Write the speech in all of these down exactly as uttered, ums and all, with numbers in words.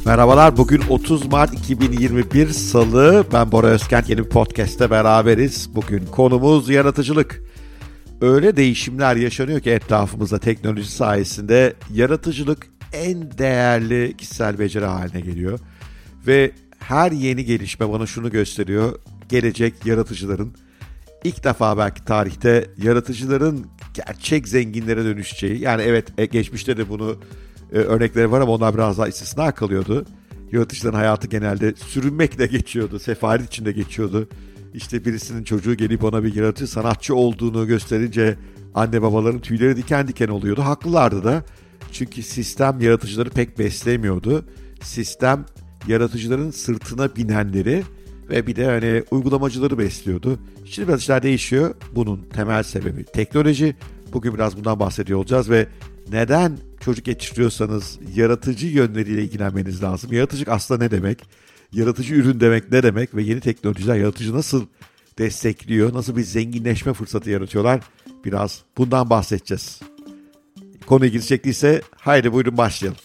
Merhabalar, bugün otuz Mart iki bin yirmi bir Salı. Ben Bora Özkent, yeni bir podcast'te beraberiz. Bugün konumuz yaratıcılık. Öyle değişimler yaşanıyor ki etrafımızda teknoloji sayesinde yaratıcılık en değerli kişisel beceri haline geliyor. Ve her yeni gelişme bana şunu gösteriyor: gelecek yaratıcıların, ilk defa belki tarihte yaratıcıların gerçek zenginlere dönüşeceği. Yani evet, geçmişte de bunu e, örnekleri var ama onlar biraz daha istisna kalıyordu. Yaratıcıların hayatı genelde sürünmekle geçiyordu, sefalet içinde geçiyordu. İşte birisinin çocuğu gelip ona bir yaratıcı sanatçı olduğunu gösterince anne babaların tüyleri diken diken oluyordu. Haklılardı da, çünkü sistem yaratıcıları pek beslemiyordu. Sistem yaratıcıların sırtına binenleri ve bir de hani uygulamacıları besliyordu. Şimdi biraz işler değişiyor. Bunun temel sebebi teknoloji. Bugün biraz bundan bahsediyor olacağız ve neden çocuk yetiştiriyorsanız yaratıcı yönleriyle ilgilenmeniz lazım. Yaratıcılık aslında ne demek? Yaratıcı ürün demek ne demek? Ve yeni teknolojiler yaratıcı nasıl destekliyor? Nasıl bir zenginleşme fırsatı yaratıyorlar? Biraz bundan bahsedeceğiz. Konu ilginizi çektiyse haydi buyurun başlayalım.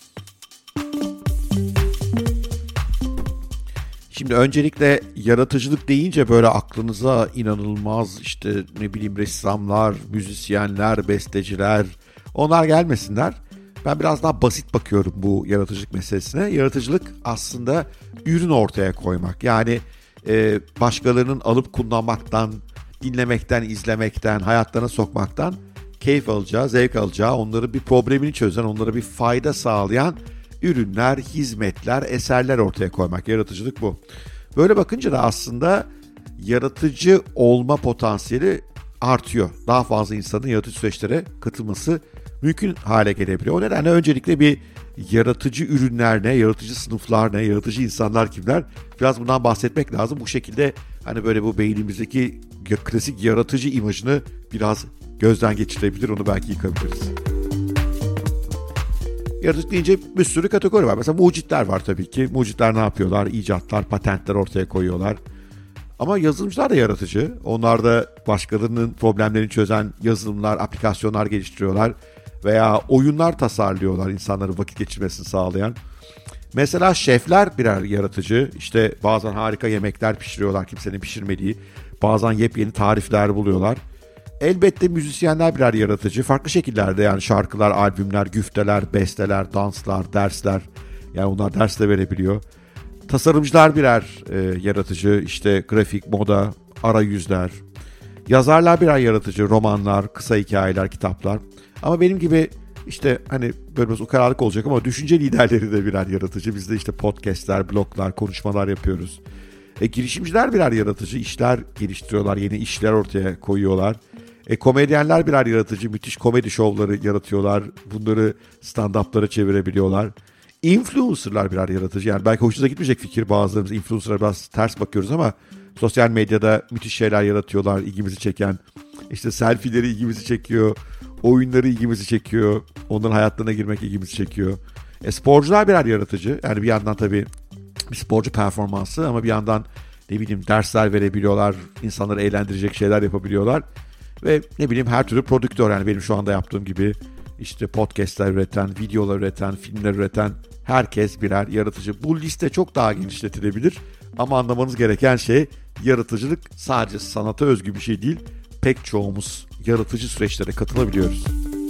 Şimdi öncelikle yaratıcılık deyince böyle aklınıza inanılmaz işte ne bileyim ressamlar, müzisyenler, besteciler, onlar gelmesinler. Ben biraz daha basit bakıyorum bu yaratıcılık meselesine. Yaratıcılık aslında ürün ortaya koymak. Yani e, başkalarının alıp kullanmaktan, dinlemekten, izlemekten, hayatlarına sokmaktan keyif alacağı, zevk alacağı, onların bir problemini çözen, onlara bir fayda sağlayan ürünler, hizmetler, eserler ortaya koymak. Yaratıcılık bu. Böyle bakınca da aslında yaratıcı olma potansiyeli artıyor. Daha fazla insanın yaratıcı süreçlere katılması mümkün hale gelebiliyor. O nedenle öncelikle bir yaratıcı ürünler ne, yaratıcı sınıflar ne, yaratıcı insanlar kimler? Biraz bundan bahsetmek lazım. Bu şekilde hani böyle bu beynimizdeki klasik yaratıcı imajını biraz gözden geçirebilir, onu belki yıkabiliriz. Yaratıcılık deyince bir sürü kategori var. Mesela mucitler var tabii ki. Mucitler ne yapıyorlar? İcatlar, patentler ortaya koyuyorlar. Ama yazılımcılar da yaratıcı. Onlar da başkalarının problemlerini çözen yazılımlar, aplikasyonlar geliştiriyorlar. Veya oyunlar tasarlıyorlar, insanların vakit geçirmesini sağlayan. Mesela şefler birer yaratıcı. İşte bazen harika yemekler pişiriyorlar, kimsenin pişirmediği. Bazen yepyeni tarifler buluyorlar. Elbette müzisyenler birer yaratıcı. Farklı şekillerde, yani şarkılar, albümler, güfteler, besteler, danslar, dersler. Yani onlar ders de verebiliyor. Tasarımcılar birer e, yaratıcı. İşte grafik, moda, arayüzler. Yazarlar birer yaratıcı. Romanlar, kısa hikayeler, kitaplar. Ama benim gibi işte hani böyle biraz ukalalık olacak ama düşünce liderleri de birer yaratıcı. Biz de işte podcastler, bloglar, konuşmalar yapıyoruz. E, girişimciler birer yaratıcı. İşler geliştiriyorlar, yeni işler ortaya koyuyorlar. E, komedyenler birer yaratıcı. Müthiş komedi şovları yaratıyorlar. Bunları stand-up'lara çevirebiliyorlar. Influencerlar birer yaratıcı. Yani belki hoşunuza gitmeyecek fikir, bazılarımız influencer'a biraz ters bakıyoruz ama sosyal medyada müthiş şeyler yaratıyorlar, ilgimizi çeken. İşte selfie'leri ilgimizi çekiyor. Oyunları ilgimizi çekiyor. Onların hayatlarına girmek ilgimizi çekiyor. E, sporcular birer yaratıcı. Yani bir yandan tabii bir sporcu performansı ama bir yandan ne bileyim dersler verebiliyorlar. İnsanları eğlendirecek şeyler yapabiliyorlar. Ve ne bileyim her türlü prodüktör, yani benim şu anda yaptığım gibi işte podcastler üreten, videolar üreten, filmler üreten herkes birer yaratıcı. Bu liste çok daha genişletilebilir ama anlamanız gereken şey, yaratıcılık sadece sanata özgü bir şey değil. Pek çoğumuz yaratıcı süreçlere katılabiliyoruz.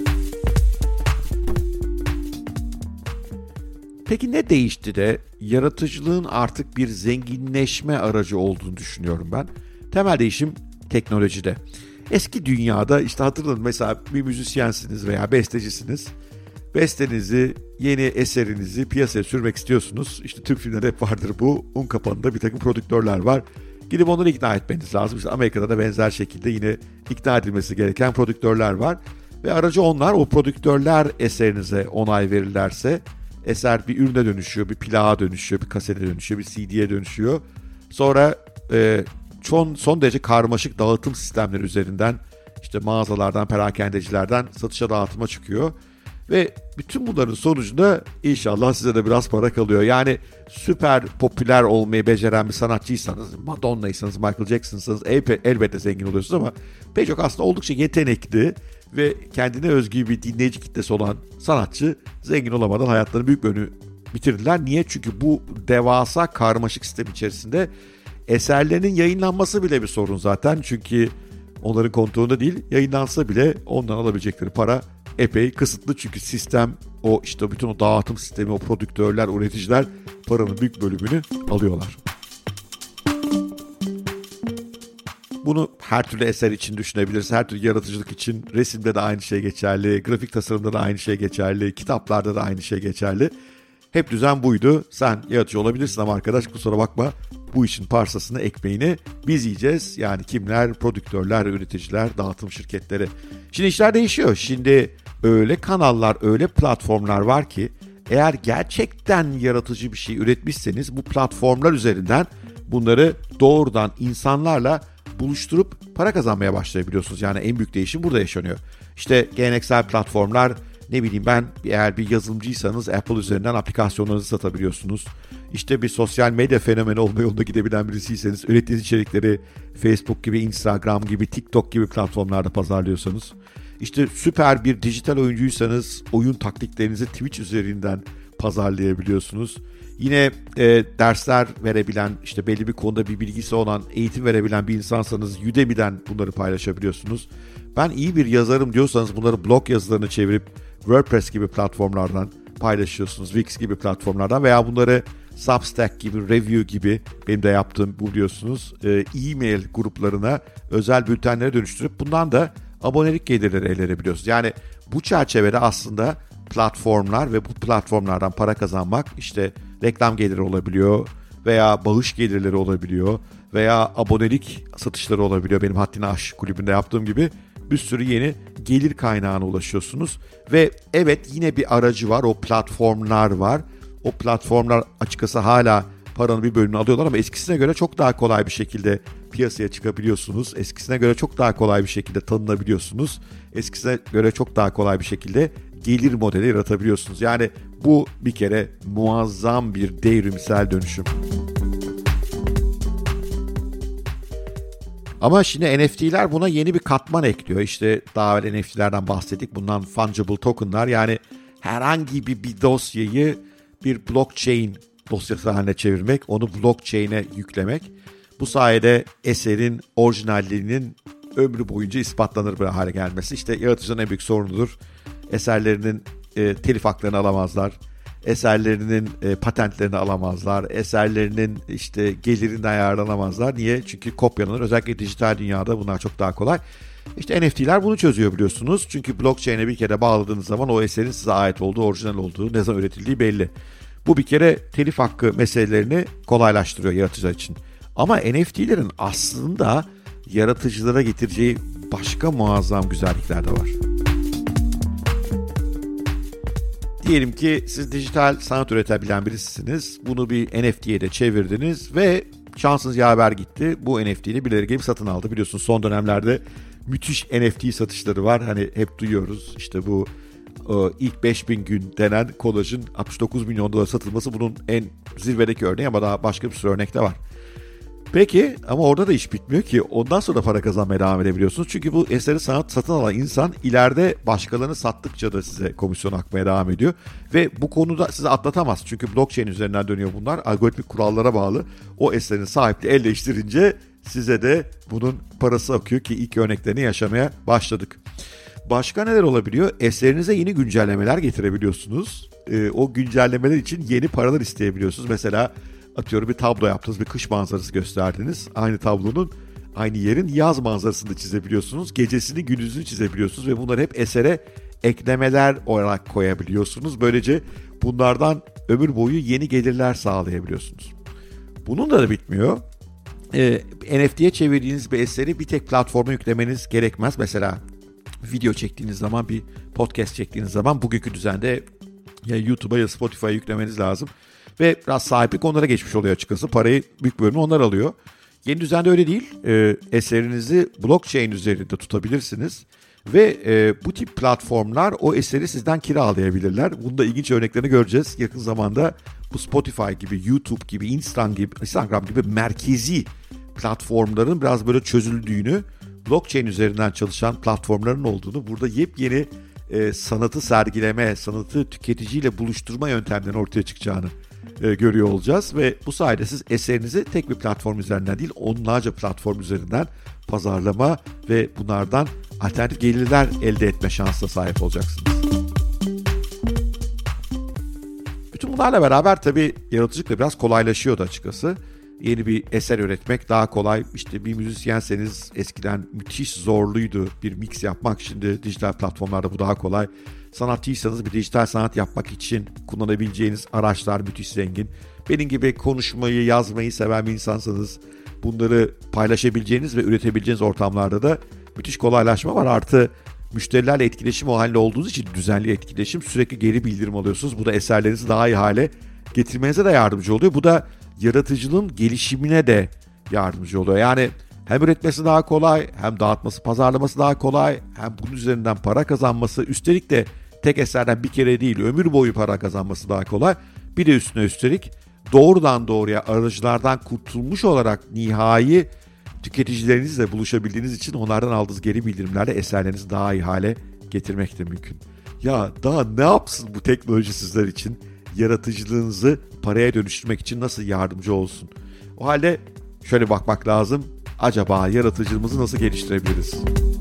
Peki ne değişti de yaratıcılığın artık bir zenginleşme aracı olduğunu düşünüyorum ben. Temel değişim teknolojide. Eski dünyada işte hatırlayın, mesela bir müzisyensiniz veya bestecisiniz. Bestenizi, yeni eserinizi piyasaya sürmek istiyorsunuz. İşte Türk filmlerinde hep vardır bu. Un kapanında bir takım prodüktörler var. Gidip onları ikna etmeniz lazım. İşte Amerika'da da benzer şekilde yine ikna edilmesi gereken prodüktörler var. Ve aracı onlar. O prodüktörler eserinize onay verirlerse eser bir ürüne dönüşüyor, bir plağa dönüşüyor, bir kasete dönüşüyor, bir C D'ye dönüşüyor. Sonra e, son, son derece karmaşık dağıtım sistemleri üzerinden işte mağazalardan, perakendecilerden satışa, dağıtıma çıkıyor. Ve bütün bunların sonucunda inşallah size de biraz para kalıyor. Yani süper popüler olmayı beceren bir sanatçıysanız, Madonna'ysanız, Michael Jackson'sanız elbette zengin oluyorsunuz ama pek çok aslında oldukça yetenekli ve kendine özgü bir dinleyici kitlesi olan sanatçı zengin olamadan hayatlarının büyük bölümünü bitirdiler. Niye? Çünkü bu devasa karmaşık sistem içerisinde eserlerinin yayınlanması bile bir sorun zaten. Çünkü onların kontrolünde değil, yayınlansa bile ondan alabilecekleri para epey kısıtlı. Çünkü sistem, o işte bütün o dağıtım sistemi, o prodüktörler, üreticiler paranın büyük bölümünü alıyorlar. Bunu her türlü eser için düşünebiliriz. Her türlü yaratıcılık için, resimde de aynı şey geçerli, grafik tasarımda da aynı şey geçerli, kitaplarda da aynı şey geçerli. Hep düzen buydu. Sen yaratıcı olabilirsin ama arkadaş kusura bakma, bu işin parsasını, ekmeğini biz yiyeceğiz. Yani kimler? Prodüktörler, üreticiler, dağıtım şirketleri. Şimdi işler değişiyor. Şimdi öyle kanallar, öyle platformlar var ki eğer gerçekten yaratıcı bir şey üretmişseniz bu platformlar üzerinden bunları doğrudan insanlarla buluşturup para kazanmaya başlayabiliyorsunuz. Yani en büyük değişim burada yaşanıyor. İşte geleneksel platformlar, ne bileyim ben, eğer bir yazılımcıysanız Apple üzerinden aplikasyonlarınızı satabiliyorsunuz. İşte bir sosyal medya fenomeni olma yolunda gidebilen birisiyseniz ürettiğiniz içerikleri Facebook gibi, Instagram gibi, TikTok gibi platformlarda pazarlıyorsanız. İşte süper bir dijital oyuncuysanız oyun taktiklerinizi Twitch üzerinden pazarlayabiliyorsunuz. Yine e, dersler verebilen, işte belli bir konuda bir bilgisi olan, eğitim verebilen bir insansanız Udemy'den bunları paylaşabiliyorsunuz. Ben iyi bir yazarım diyorsanız bunları blog yazılarını çevirip WordPress gibi platformlardan paylaşıyorsunuz, Wix gibi platformlardan veya bunları Substack gibi, Review gibi, benim de yaptığım bu biliyorsunuz, e, e-mail gruplarına, özel bültenlere dönüştürüp bundan da abonelik gelirleri elde edebiliyorsunuz. Yani bu çerçevede aslında platformlar ve bu platformlardan para kazanmak, işte reklam geliri olabiliyor veya bağış gelirleri olabiliyor veya abonelik satışları olabiliyor. Benim Haddini Aş kulübünde yaptığım gibi bir sürü yeni gelir kaynağına ulaşıyorsunuz. Ve evet, yine bir aracı var, o platformlar var. O platformlar açıkçası hala paranın bir bölümünü alıyorlar ama eskisine göre çok daha kolay bir şekilde piyasaya çıkabiliyorsunuz. Eskisine göre çok daha kolay bir şekilde tanınabiliyorsunuz. Eskisine göre çok daha kolay bir şekilde gelir modeli yaratabiliyorsunuz. Yani bu bir kere muazzam bir devrimsel dönüşüm. Ama şimdi N F T'ler buna yeni bir katman ekliyor. İşte daha evvel N F T'lerden bahsettik. Bundan fungible tokenlar, yani herhangi bir, bir dosyayı bir blockchain dosyası haline çevirmek, onu blockchain'e yüklemek. Bu sayede eserin orijinalliğinin ömrü boyunca ispatlanır bir hale gelmesi. İşte yaratıcının en büyük sorunudur. Eserlerinin e, telif haklarını alamazlar. Eserlerinin e, patentlerini alamazlar. Eserlerinin işte gelirinden yararlanamazlar. Niye? Çünkü kopyalanır. Özellikle dijital dünyada bunlar çok daha kolay. İşte N F T'ler bunu çözüyor biliyorsunuz. Çünkü blockchain'e bir kere bağladığınız zaman o eserin size ait olduğu, orijinal olduğu, ne zaman üretildiği belli. Bu bir kere telif hakkı meselelerini kolaylaştırıyor yaratıcılar için. Ama N F T'lerin aslında yaratıcılara getireceği başka muazzam güzellikler de var. Diyelim ki siz dijital sanat üretebilen birisiniz. Bunu bir N F T'ye de çevirdiniz ve şansınız yaver gitti. Bu N F T'yi birileri gelip satın aldı. Biliyorsunuz son dönemlerde müthiş N F T satışları var. Hani hep duyuyoruz işte bu ilk beş bin gün denen kolajın altmış dokuz milyon dolar satılması bunun en zirvedeki örneği ama daha başka bir sürü örnek de var. Peki ama orada da iş bitmiyor ki. Ondan sonra para kazanmaya devam edebiliyorsunuz. Çünkü bu eseri sanat satın alan insan ileride başkalarını sattıkça da size komisyon akmaya devam ediyor. Ve bu konuda sizi atlatamaz. Çünkü blockchain üzerinden dönüyor bunlar. Algoritmik kurallara bağlı. O eserin sahipliği el değiştirince size de bunun parası akıyor ki ilk örneklerini yaşamaya başladık. Başka neler olabiliyor? Eserinize yeni güncellemeler getirebiliyorsunuz. Ee, o güncellemeler için yeni paralar isteyebiliyorsunuz. Mesela atıyorum bir tablo yaptınız, bir kış manzarası gösterdiniz. Aynı tablonun, aynı yerin yaz manzarasını da çizebiliyorsunuz. Gecesini, gündüzünü çizebiliyorsunuz ve bunları hep esere eklemeler olarak koyabiliyorsunuz. Böylece bunlardan ömür boyu yeni gelirler sağlayabiliyorsunuz. Bunun da, da bitmiyor. Ee, N F T'ye çevirdiğiniz bir eseri bir tek platforma yüklemeniz gerekmez. Mesela video çektiğiniz zaman, bir podcast çektiğiniz zaman bugünkü düzende ya YouTube'a ya Spotify'a yüklemeniz lazım. Ve biraz sahiplik onlara geçmiş oluyor açıkçası. Parayı büyük bölümü onlar alıyor. Yeni düzende öyle değil. E, eserinizi blockchain üzerinde tutabilirsiniz. Ve e, bu tip platformlar o eseri sizden kiralayabilirler. Bunda ilginç örneklerini göreceğiz. Yakın zamanda bu Spotify gibi, YouTube gibi, Instagram gibi, Instagram gibi merkezi platformların biraz böyle çözüldüğünü, blockchain üzerinden çalışan platformların olduğunu, burada yepyeni e, sanatı sergileme, sanatı tüketiciyle buluşturma yöntemlerinin ortaya çıkacağını e, görüyor olacağız. Ve bu sayede siz eserinizi tek bir platform üzerinden değil, onlarca platform üzerinden pazarlama ve bunlardan alternatif gelirler elde etme şansına sahip olacaksınız. Bütün bunlarla beraber tabii yaratıcılık da biraz kolaylaşıyor da açıkçası. Yeni bir eser üretmek daha kolay. İşte bir müzisyenseniz eskiden müthiş zorluydu bir mix yapmak. Şimdi dijital platformlarda bu daha kolay. Sanatçıysanız bir dijital sanat yapmak için kullanabileceğiniz araçlar müthiş zengin. Benim gibi konuşmayı, yazmayı seven bir insansanız bunları paylaşabileceğiniz ve üretebileceğiniz ortamlarda da müthiş kolaylaşma var. Artı müşterilerle etkileşim o halde olduğunuz için düzenli etkileşim, sürekli geri bildirim alıyorsunuz. Bu da eserlerinizi daha iyi hale getirmenize de yardımcı oluyor. Bu da yaratıcılığın gelişimine de yardımcı oluyor. Yani hem üretmesi daha kolay, hem dağıtması, pazarlaması daha kolay, hem bunun üzerinden para kazanması, üstelik de tek eserden bir kere değil, ömür boyu para kazanması daha kolay. Bir de üstüne üstelik doğrudan doğruya aracılardan kurtulmuş olarak nihai tüketicilerinizle buluşabildiğiniz için onlardan aldığınız geri bildirimlerle eserlerinizi daha iyi hale getirmek de mümkün. Ya daha ne yapsın bu teknoloji sizler için? Yaratıcılığınızı paraya dönüştürmek için nasıl yardımcı olsun? O halde şöyle bakmak lazım. Acaba yaratıcılığımızı nasıl geliştirebiliriz?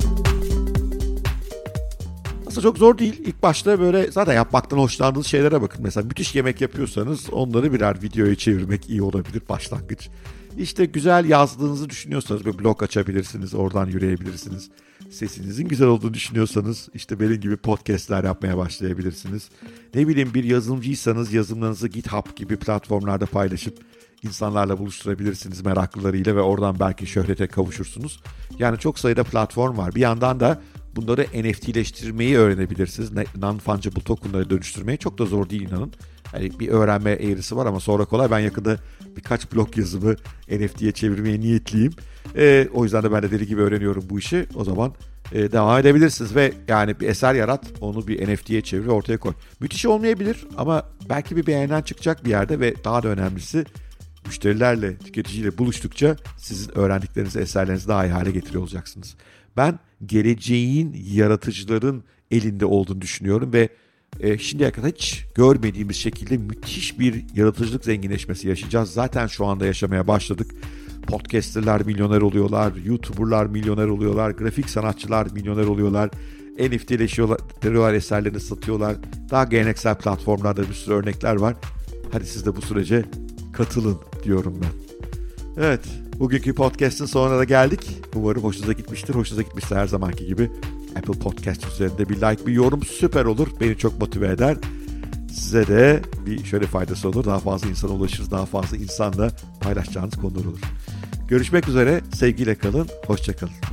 Aslında çok zor değil. İlk başta böyle zaten yapmaktan hoşlandığınız şeylere bakın. Mesela müthiş yemek yapıyorsanız onları birer videoya çevirmek iyi olabilir başlangıç. İşte güzel yazdığınızı düşünüyorsanız bir blog açabilirsiniz, oradan yürüyebilirsiniz. Sesinizin güzel olduğunu düşünüyorsanız işte benim gibi podcastler yapmaya başlayabilirsiniz. Ne bileyim bir yazılımcıysanız yazılımlarınızı GitHub gibi platformlarda paylaşıp insanlarla buluşturabilirsiniz meraklılarıyla ve oradan belki şöhrete kavuşursunuz. Yani çok sayıda platform var. Bir yandan da bunları N F T'leştirmeyi öğrenebilirsiniz. Non-fungible token'lara dönüştürmeyi çok da zor değil inanın. Yani bir öğrenme eğrisi var ama sonra kolay. Ben yakında birkaç blog yazımı N F T'ye çevirmeye niyetliyim. E, o yüzden de ben de deli gibi öğreniyorum bu işi. O zaman e, devam edebilirsiniz ve yani bir eser yarat, onu bir N F T'ye çevir, ortaya koy. Müthiş olmayabilir ama belki bir beğenen çıkacak bir yerde ve daha da önemlisi müşterilerle, tüketiciyle buluştukça sizin öğrendiklerinizi, eserlerinizi daha iyi hale getiriyor olacaksınız. Ben geleceğin yaratıcıların elinde olduğunu düşünüyorum ve e, şimdiye kadar hiç görmediğimiz şekilde müthiş bir yaratıcılık zenginleşmesi yaşayacağız. Zaten şu anda yaşamaya başladık. Podcasterlar milyoner oluyorlar, YouTuber'lar milyoner oluyorlar, grafik sanatçılar milyoner oluyorlar, N F T'leşiyorlar, eserlerini satıyorlar. Daha geleneksel platformlarda bir sürü örnekler var. Hadi siz de bu sürece katılın diyorum ben. Evet, bugünkü podcast'ın sonuna da geldik. Umarım hoşunuza gitmiştir. Hoşunuza gitmişse her zamanki gibi Apple Podcast üzerinde bir like, bir yorum süper olur. Beni çok motive eder. Size de bir şöyle faydası olur. Daha fazla insana ulaşırız. Daha fazla insanla paylaşacağınız konular olur. Görüşmek üzere. Sevgiyle kalın. Hoşça kalın.